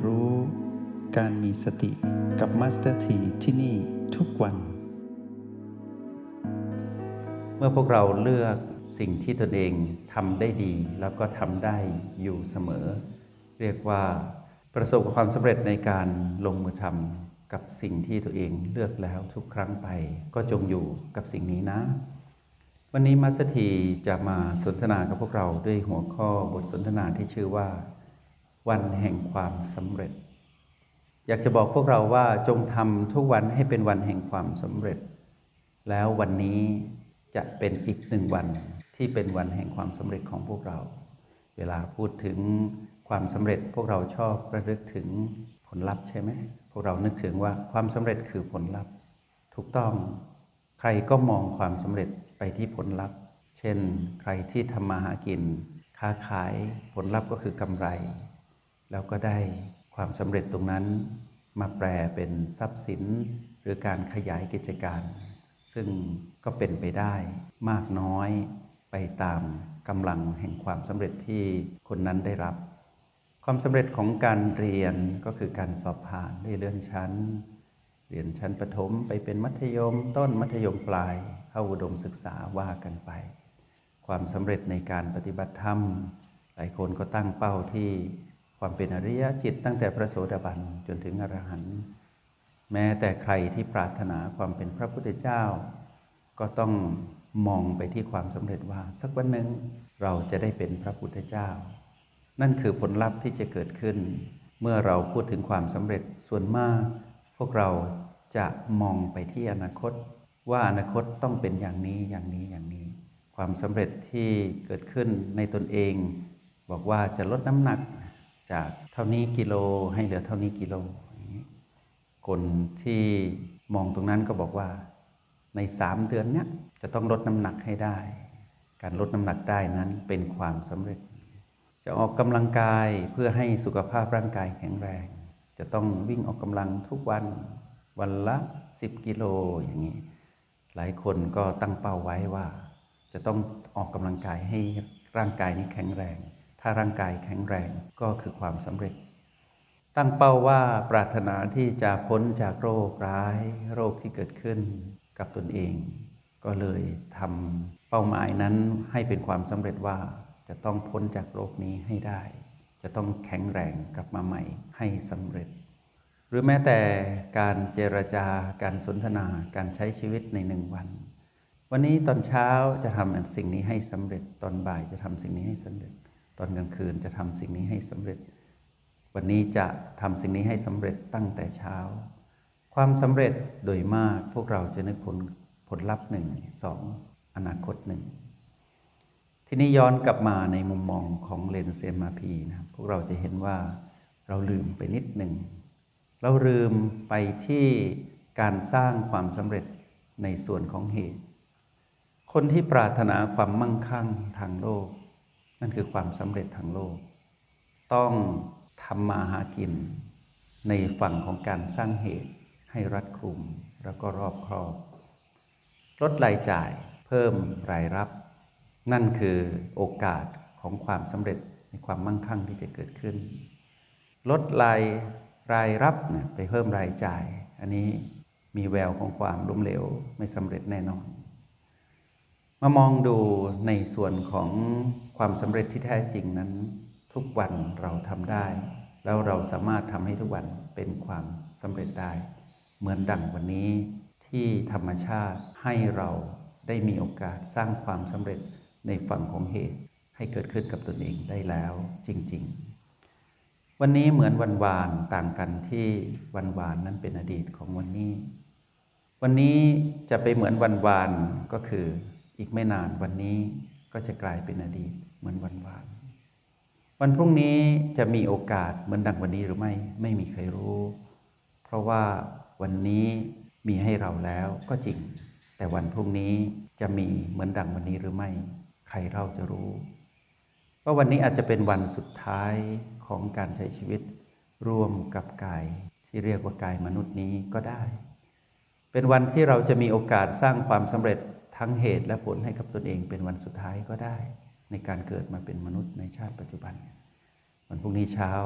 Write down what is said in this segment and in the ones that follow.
รู้การมีสติกับมาสเตอร์ทีที่นี่ทุกวันเมื่อพวกเราเลือกสิ่งที่ตนเองทำได้ดีแล้วก็ทำได้อยู่เสมอเรียกว่าประสบความสำเร็จในการลงมือทำกับสิ่งที่ตัวเองเลือกแล้วทุกครั้งไปก็จงอยู่กับสิ่งนี้นะวันนี้มัสถีจะมาสนทนากับพวกเราด้วยหัวข้อบทสนทนาที่ชื่อว่าวันแห่งความสำเร็จอยากจะบอกพวกเราว่าจงทำทุกวันให้เป็นวันแห่งความสำเร็จแล้ววันนี้จะเป็นอีกหนึ่งวันที่เป็นวันแห่งความสำเร็จของพวกเราเวลาพูดถึงความสำเร็จพวกเราชอบระลึกถึงผลลัพธ์ใช่ไหมพวกเรานึกถึงว่าความสำเร็จคือผลลัพธ์ถูกต้องใครก็มองความสำเร็จไปที่ผลลัพธ์เช่นใครที่ทำมาหากินค้าขายผลลัพธ์ก็คือกำไรแล้วก็ได้ความสำเร็จตรงนั้นมาแปลเป็นทรัพย์สินหรือการขยายกิจการซึ่งก็เป็นไปได้มากน้อยไปตามกำลังแห่งความสำเร็จที่คนนั้นได้รับความสำเร็จของการเรียนก็คือการสอบผ่านได้เลื่อนชั้นเรียนชั้นประถมไปเป็นมัธยมต้นมัธยมปลายเข้าอุดมศึกษาว่ากันไปความสำเร็จในการปฏิบัติธรรมหลายคนก็ตั้งเป้าที่ความเป็นอริยจิตตั้งแต่พระโสดาบันจนถึงอรหันต์แม้แต่ใครที่ปรารถนาความเป็นพระพุทธเจ้าก็ต้องมองไปที่ความสำเร็จว่าสักวันหนึ่งเราจะได้เป็นพระพุทธเจ้านั่นคือผลลัพธ์ที่จะเกิดขึ้นเมื่อเราพูดถึงความสำเร็จส่วนมากพวกเราจะมองไปที่อนาคตว่าอนาคตต้องเป็นอย่างนี้อย่างนี้อย่างนี้ความสำเร็จที่เกิดขึ้นในตนเองบอกว่าจะลดน้ำหนักจากเท่านี้กิโลให้เหลือเท่านี้กิโลคนที่มองตรงนั้นก็บอกว่าใน3 เดือนเนี้ยจะต้องลดน้ำหนักให้ได้การลดน้ำหนักได้นั้นเป็นความสำเร็จจะออกกำลังกายเพื่อให้สุขภาพร่างกายแข็งแรงจะต้องวิ่งออกกำลังทุกวันวันละ10 กิโลอย่างนี้หลายคนก็ตั้งเป้าไว้ว่าจะต้องออกกำลังกายให้ร่างกายนี้แข็งแรงถ้าร่างกายแข็งแรงก็คือความสำเร็จตั้งเป้าว่าปรารถนาที่จะพ้นจากโรคร้ายโรคที่เกิดขึ้นกับตนเองก็เลยทำเป้าหมายนั้นให้เป็นความสำเร็จว่าจะต้องพ้นจากโรคนี้ให้ได้จะต้องแข็งแรงกลับมาใหม่ให้สำเร็จหรือแม้แต่การเจรจาการสนทนาการใช้ชีวิตใน1 วันวันนี้ตอนเช้าจะทำสิ่งนี้ให้สำเร็จตอนบ่ายจะทำสิ่งนี้ให้สำเร็จตอนกลางคืนจะทำสิ่งนี้ให้สำเร็จวันนี้จะทำสิ่งนี้ให้สำเร็จตั้งแต่เช้าความสำเร็จโดยมากพวกเราจะนึกผลลัพธ์1 2อนาคต1ทีนี้ย้อนกลับมาในมุมมองของเลนส์ MRP นะพวกเราจะเห็นว่าเราลืมไปนิดหนึ่งเราลืมไปที่การสร้างความสำเร็จในส่วนของเหตุคนที่ปรารถนาความมั่งคั่งทางโลกนั่นคือความสำเร็จทางโลกต้องทำมาหากินในฝั่งของการสร้างเหตุให้รัดกุมแล้วก็รอบคอบลดรายจ่ายเพิ่มรายรับนั่นคือโอกาสของความสำเร็จในความมั่งคั่งที่จะเกิดขึ้นลดรายรับไปเพิ่มรายจ่ายอันนี้มีแววของความล้มเหลวไม่สำเร็จแน่นอนมามองดูในส่วนของความสำเร็จที่แท้จริงนั้นทุกวันเราทำได้แล้วเราสามารถทำให้ทุกวันเป็นความสำเร็จได้เหมือนดั่งวันนี้ที่ธรรมชาติให้เราได้มีโอกาสสร้างความสำเร็จในฝั่งของเหตุให้เกิดขึ้นกับตนเองได้แล้วจริงๆวันนี้เหมือนวันวานต่างกันที่วันวานนั้นเป็นอดีตของวันนี้วันนี้จะไปเหมือนวันวานก็คืออีกไม่นานวันนี้ก็จะกลายเป็นอดีตเหมือนวันวานวันพรุ่งนี้จะมีโอกาสเหมือนดังวันนี้หรือไม่มีใครรู้เพราะว่าวันนี้มีให้เราแล้วก็จริงแต่วันพรุ่งนี้จะมีเหมือนดังวันนี้หรือไม่ใครเราจะรู้ว่าวันนี้อาจจะเป็นวันสุดท้ายของการใช้ชีวิตร่วมกับกายที่เรียกว่ากายมนุษย์นี้ก็ได้เป็นวันที่เราจะมีโอกาสสร้างความสำเร็จทั้งเหตุและผลให้กับตนเองเป็นวันสุดท้ายก็ได้ในการเกิดมาเป็นมนุษย์ในชาติปัจจุบันวันพรุ่งนี้เช้า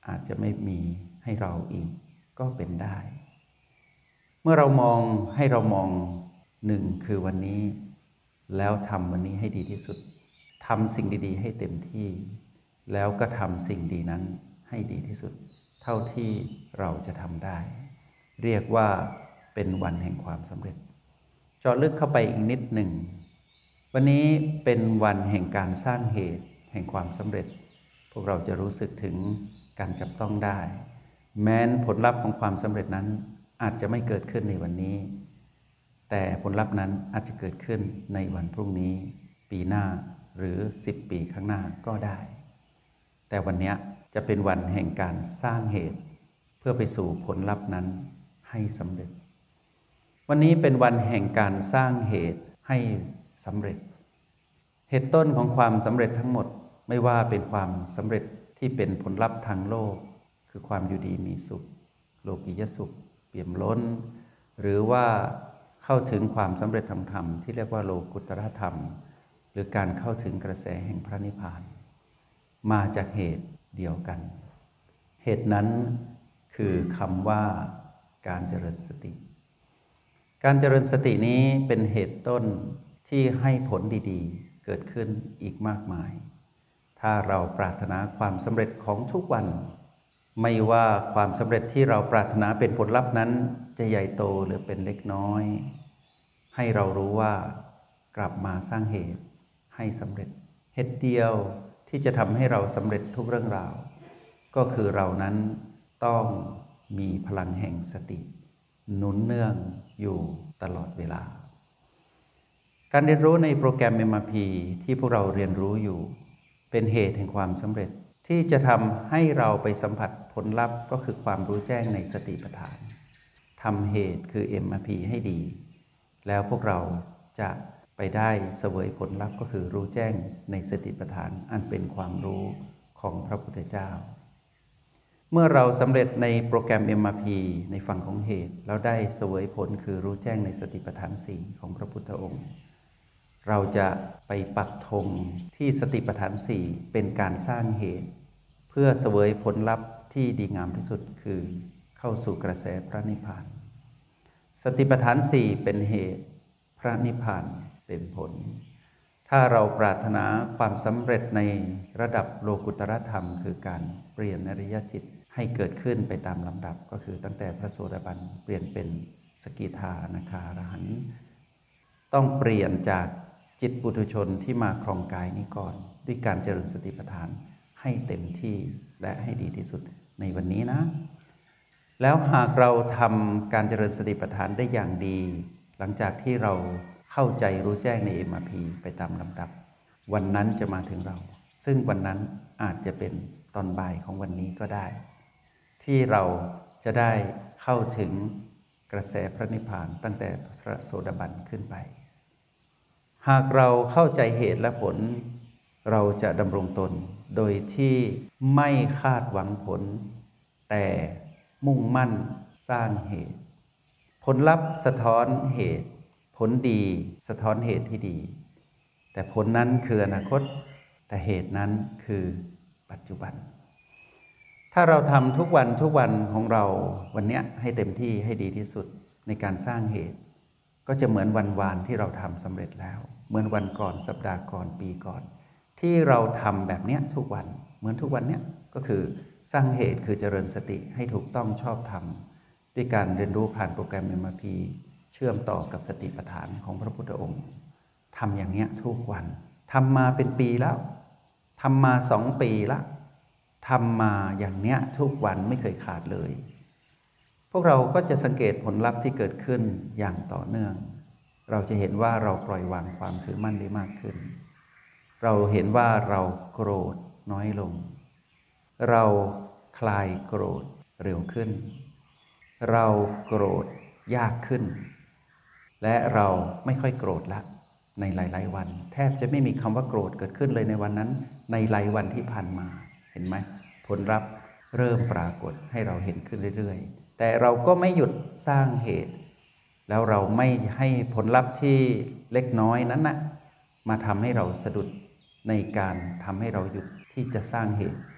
อาจจะไม่มีให้เราอีกก็เป็นได้ เมื่อเรามองให้เรามองหนึ่งคือวันนี้แล้วทำวันนี้ให้ดีที่สุดทำสิ่งดีๆให้เต็มที่แล้วก็ทำสิ่งดีนั้นให้ดีที่สุดเท่าที่เราจะทำได้เรียกว่าเป็นวันแห่งความสำเร็จเจาะลึกเข้าไปอีกนิดหนึ่งวันนี้เป็นวันแห่งการสร้างเหตุแห่งความสำเร็จพวกเราจะรู้สึกถึงการจับต้องได้แม้นผลลัพธ์ของความสำเร็จนั้นอาจจะไม่เกิดขึ้นในวันนี้แต่ผลลัพธ์นั้นอาจจะเกิดขึ้นในวันพรุ่งนี้ปีหน้าหรือ10 ปีข้างหน้าก็ได้แต่วันนี้จะเป็นวันแห่งการสร้างเหตุเพื่อไปสู่ผลลัพธ์นั้นให้สำเร็จวันนี้เป็นวันแห่งการสร้างเหตุให้สำเร็จเหตุต้นของความสำเร็จทั้งหมดไม่ว่าเป็นความสำเร็จที่เป็นผลลัพธ์ทางโลกคือความอยู่ดีมีสุขโลกียสุขเปี่ยมล้นหรือว่าเข้าถึงความสำเร็จทางธรรมที่เรียกว่าโลกุตตรธรรมหรือการเข้าถึงกระแสแห่งพระนิพพานมาจากเหตุเดียวกันเหตุนั้นคือคำว่าการเจริญสติการเจริญสตินี้เป็นเหตุต้นที่ให้ผลดีๆเกิดขึ้นอีกมากมายถ้าเราปรารถนาความสำเร็จของทุกวันไม่ว่าความสำเร็จที่เราปรารถนาเป็นผลลัพธ์นั้นจะใหญ่โตหรือเป็นเล็กน้อยให้เรารู้ว่ากลับมาสร้างเหตุให้สำเร็จเหตุเดียวที่จะทำให้เราสำเร็จทุกเรื่องราวก็คือเรานั้นต้องมีพลังแห่งสติหนุนเนื่องอยู่ตลอดเวลาการเรียนรู้ในโปรแกรม MRP ที่พวกเราเรียนรู้อยู่เป็นเหตุแห่งความสำเร็จที่จะทำให้เราไปสัมผัสผลลัพธ์ก็คือความรู้แจ้งในสติปัฏฐานทำเหตุคือ MRP ให้ดีแล้วพวกเราจะไปได้เสวยผลลัพธ์ก็คือรู้แจ้งในสติปัฏฐานอันเป็นความรู้ของพระพุทธเจ้าเมื่อเราสำเร็จในโปรแกรม MRP ในฝั่งของเหตุแล้วได้เสวยผลคือรู้แจ้งในสติปัฏฐาน4ของพระพุทธองค์เราจะไปปักธงที่สติปัฏฐาน4เป็นการสร้างเหตุเพื่อเสวยผลลัพธ์ที่ดีงามที่สุดคือเข้าสู่กระแสพระนิพพานสติปัฏฐาน4เป็นเหตุพระนิพพานเป็นผลถ้าเราปรารถนาความสำเร็จในระดับโลกุตตรธรรมคือการเปลี่ยนอริยจิตให้เกิดขึ้นไปตามลำดับก็คือตั้งแต่พระโสดาบันเปลี่ยนเป็นสกิทานาคาอรหันต์ต้องเปลี่ยนจากจิตปุถุชนที่มาครองกายนี้ก่อนด้วยการเจริญสติปัฏฐานให้เต็มที่และให้ดีที่สุดในวันนี้นะแล้วหากเราทำการเจริญสติปัฏฐานได้อย่างดีหลังจากที่เราเข้าใจรู้แจ้งใน MRP ไปตามลำดับวันนั้นจะมาถึงเราซึ่งวันนั้นอาจจะเป็นตอนบ่ายของวันนี้ก็ได้ที่เราจะได้เข้าถึงกระแสพระนิพพานตั้งแต่พระโสดาบันขึ้นไปหากเราเข้าใจเหตุและผลเราจะดำรงตนโดยที่ไม่คาดหวังผลแต่มุ่งมั่นสร้างเหตุผลลัพธ์สะท้อนเหตุผลดีสะท้อนเหตุที่ดีแต่ผลนั้นคืออนาคตแต่เหตุนั้นคือปัจจุบันถ้าเราทำทุกวันของเราวันนี้ให้เต็มที่ให้ดีที่สุดในการสร้างเหตุก็จะเหมือนวันวานที่เราทำสำเร็จแล้วเหมือนวันก่อนสัปดาห์ก่อนปีก่อนที่เราทำแบบนี้ทุกวันเหมือนทุกวันนี้ก็คือสร้างเหตุคือเจริญสติให้ถูกต้องชอบธรรมด้วยการเรียนรู้ผ่านโปรแกรม MRP เชื่อมต่อกับสติปัฏฐานของพระพุทธองค์ทำอย่างนี้ทุกวันทำมาเป็นปีแล้วทำมา2 ปีละทำมาอย่างเนี้ยทุกวันไม่เคยขาดเลยพวกเราก็จะสังเกตผลลัพธ์ที่เกิดขึ้นอย่างต่อเนื่องเราจะเห็นว่าเราปล่อยวางความถือมั่นได้มากขึ้นเราเห็นว่าเราโกรธน้อยลงเราคลายโกรธเร็วขึ้นเราโกรธยากขึ้นและเราไม่ค่อยโกรธละในหลายๆวันแทบจะไม่มีคำว่าโกรธเกิดขึ้นเลยในวันนั้นในหลายวันที่ผ่านมาเห็นไหมผลลัพธ์เริ่มปรากฏให้เราเห็นขึ้นเรื่อยๆแต่เราก็ไม่หยุดสร้างเหตุแล้วเราไม่ให้ผลลัพธ์ที่เล็กน้อยนั้นนะมาทำให้เราสะดุดในการทำให้เราหยุดที่จะสร้างเหตุ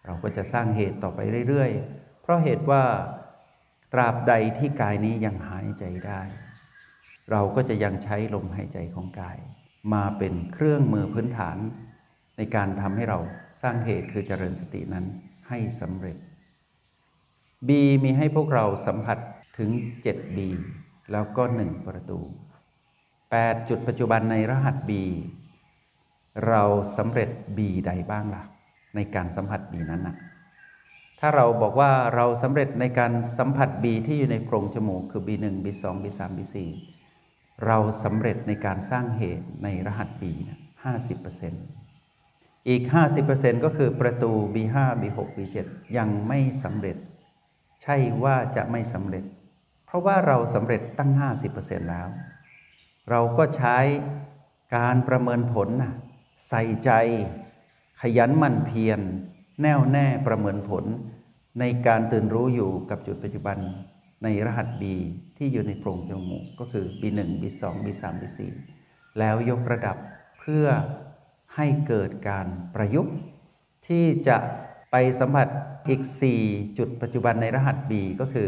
เราก็จะสร้างเหตุต่อไปเรื่อยๆเพราะเหตุว่าตราบใดที่กายนี้ยังหายใจได้เราก็จะยังใช้ลมหายใจของกายมาเป็นเครื่องมือพื้นฐานในการทำให้เราสร้างเหตุคือเจริญสตินั้นให้สำเร็จ B มีให้พวกเราสัมผัสถึง 7B แล้วก็1ประตู8จุดปัจจุบันในรหัส B เราสำเร็จ B ใดบ้างล่ะในการสัมผัส B นั้นนะถ้าเราบอกว่าเราสำเร็จในการสัมผัส B ที่อยู่ในโพรงจมูกคือ B1 B2 B3 B4 เราสำเร็จในการสร้างเหตุในรหัส B 50%อีก 50% ก็คือประตู B5 B6 B7 ยังไม่สำเร็จใช่ว่าจะไม่สำเร็จเพราะว่าเราสำเร็จตั้ง 50% แล้วเราก็ใช้การประเมินผลใส่ใจขยันหมั่นเพียรแน่วแน่ประเมินผลในการตื่นรู้อยู่กับจุดปัจจุบันในรหัส B ที่อยู่ในโพรงจมูกก็คือ B1 B2 B3 B4 แล้วยกระดับเพื่อให้เกิดการประยุกต์ที่จะไปสัมผัสอีก4จุดปัจจุบันในรหัส B ก็คือ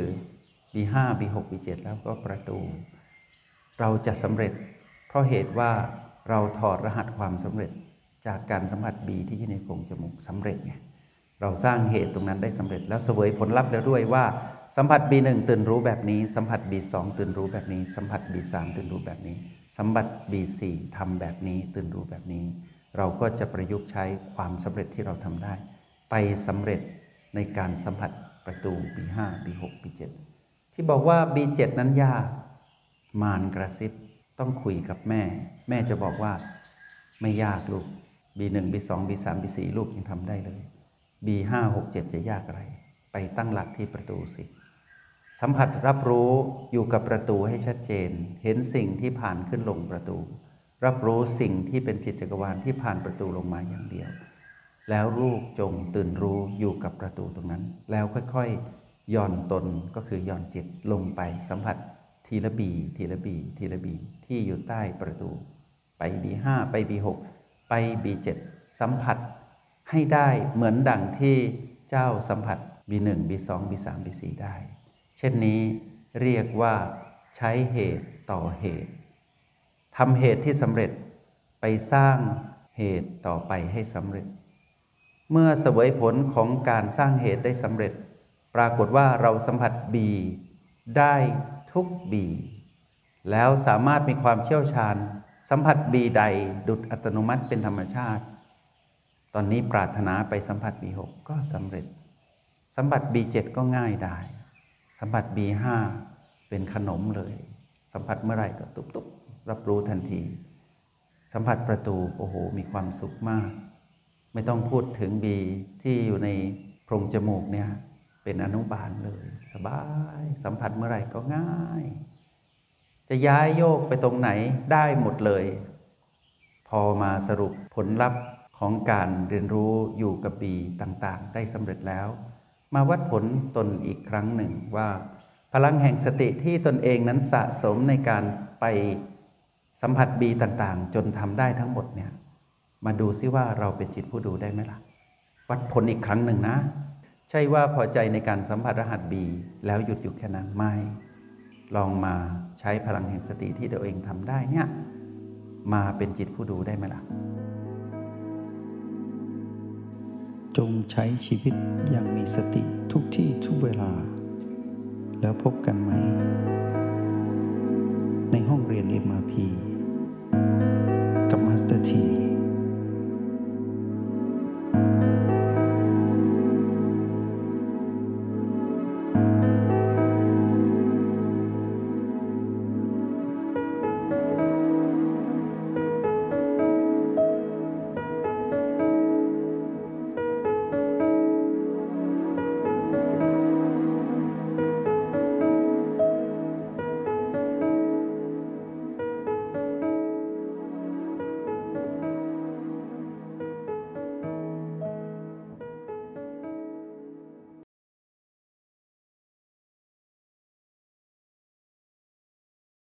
B5 B6 B7 แล้วก็ประตูเราจะสำเร็จเพราะเหตุว่าเราถอดรหัสความสำเร็จจากการสัมผัส B ที่อยู่ในโพรงจมูกสำเร็จไงเราสร้างเหตุตรงนั้นได้สำเร็จแล้วเสวยผลลัพธ์แล้วด้วยว่าสัมผัส B1 ตื่นรู้แบบนี้สัมผัส B2 ตื่นรู้แบบนี้สัมผัส B3 ตื่นรู้แบบนี้สัมผัส B4 ทำแบบนี้ตื่นรู้แบบนี้เราก็จะประยุกต์ใช้ความสำเร็จที่เราทำได้ไปสำเร็จในการสัมผัสประตู B5 B6 B7 ที่บอกว่า B7 นั้นยากมารกระซิบต้องคุยกับแม่แม่จะบอกว่าไม่ยากลูก B1 B2 B3 B4 ลูกยังทำได้เลย B5 6 7จะยากอะไรไปตั้งหลักที่ประตูสิสัมผัสรับรู้อยู่กับประตูให้ชัดเจนเห็นสิ่งที่ผ่านขึ้นลงประตูรับรู้สิ่งที่เป็นจิตจักรวาลที่ผ่านประตูลงมาอย่างเดียวแล้วลูกจงตื่นรู้อยู่กับประตูตรงนั้นแล้วค่อยๆหย่อนตนก็คือหย่อนจิตลงไปสัมผัสทีละบีทีละบีทีละบีที่อยู่ใต้ประตูไป B5 ไป B6 ไป B7 สัมผัสให้ได้เหมือนดั่งที่เจ้าสัมผัส B1 B2 B3 B4 ได้เช่นนี้เรียกว่าใช้เหตุต่อเหตุทำเหตุที่สำเร็จไปสร้างเหตุต่อไปให้สำเร็จเมื่อเสวยผลของการสร้างเหตุได้สำเร็จปรากฏว่าเราสัมผัส B ได้ทุก B แล้วสามารถมีความเชี่ยวชาญสัมผัส B ใดดุจอัตโนมัติเป็นธรรมชาติตอนนี้ปรารถนาไปสัมผัส B6 ก็สำเร็จสัมผัส B7 ก็ง่ายได้สัมผัส B5 เป็นขนมเลยสัมผัสเมื่อไหร่ก็ตุ๊บๆรับรู้ทันทีสัมผัสประตูโอ้โหมีความสุขมากไม่ต้องพูดถึง B ที่อยู่ในโพรงจมูกเนี่ยเป็นอนุบาลเลยสบายสัมผัสเมื่อไหร่ก็ง่ายจะย้ายโยกไปตรงไหนได้หมดเลยพอมาสรุปผลลัพธ์ของการเรียนรู้อยู่กับ B ต่างๆได้สำเร็จแล้วมาวัดผลตนอีกครั้งหนึ่งว่าพลังแห่งสติที่ตนเองนั้นสะสมในการไปสัมผัส B ต่างๆจนทำได้ทั้งหมดเนี่ยมาดูซิว่าเราเป็นจิตผู้ดูได้ไหมล่ะวัดผลอีกครั้งหนึ่งนะใช่ว่าพอใจในการสัมผัสรหัส B แล้วหยุดอยู่แค่นั้นไม่ลองมาใช้พลังแห่งสติที่ตัวเองทำได้เนี่ยมาเป็นจิตผู้ดูได้ไหมล่ะจงใช้ชีวิตอย่างมีสติทุกที่ทุกเวลาแล้วพบกันไหมในห้องเรียน MRP กับมาสเตอร์ที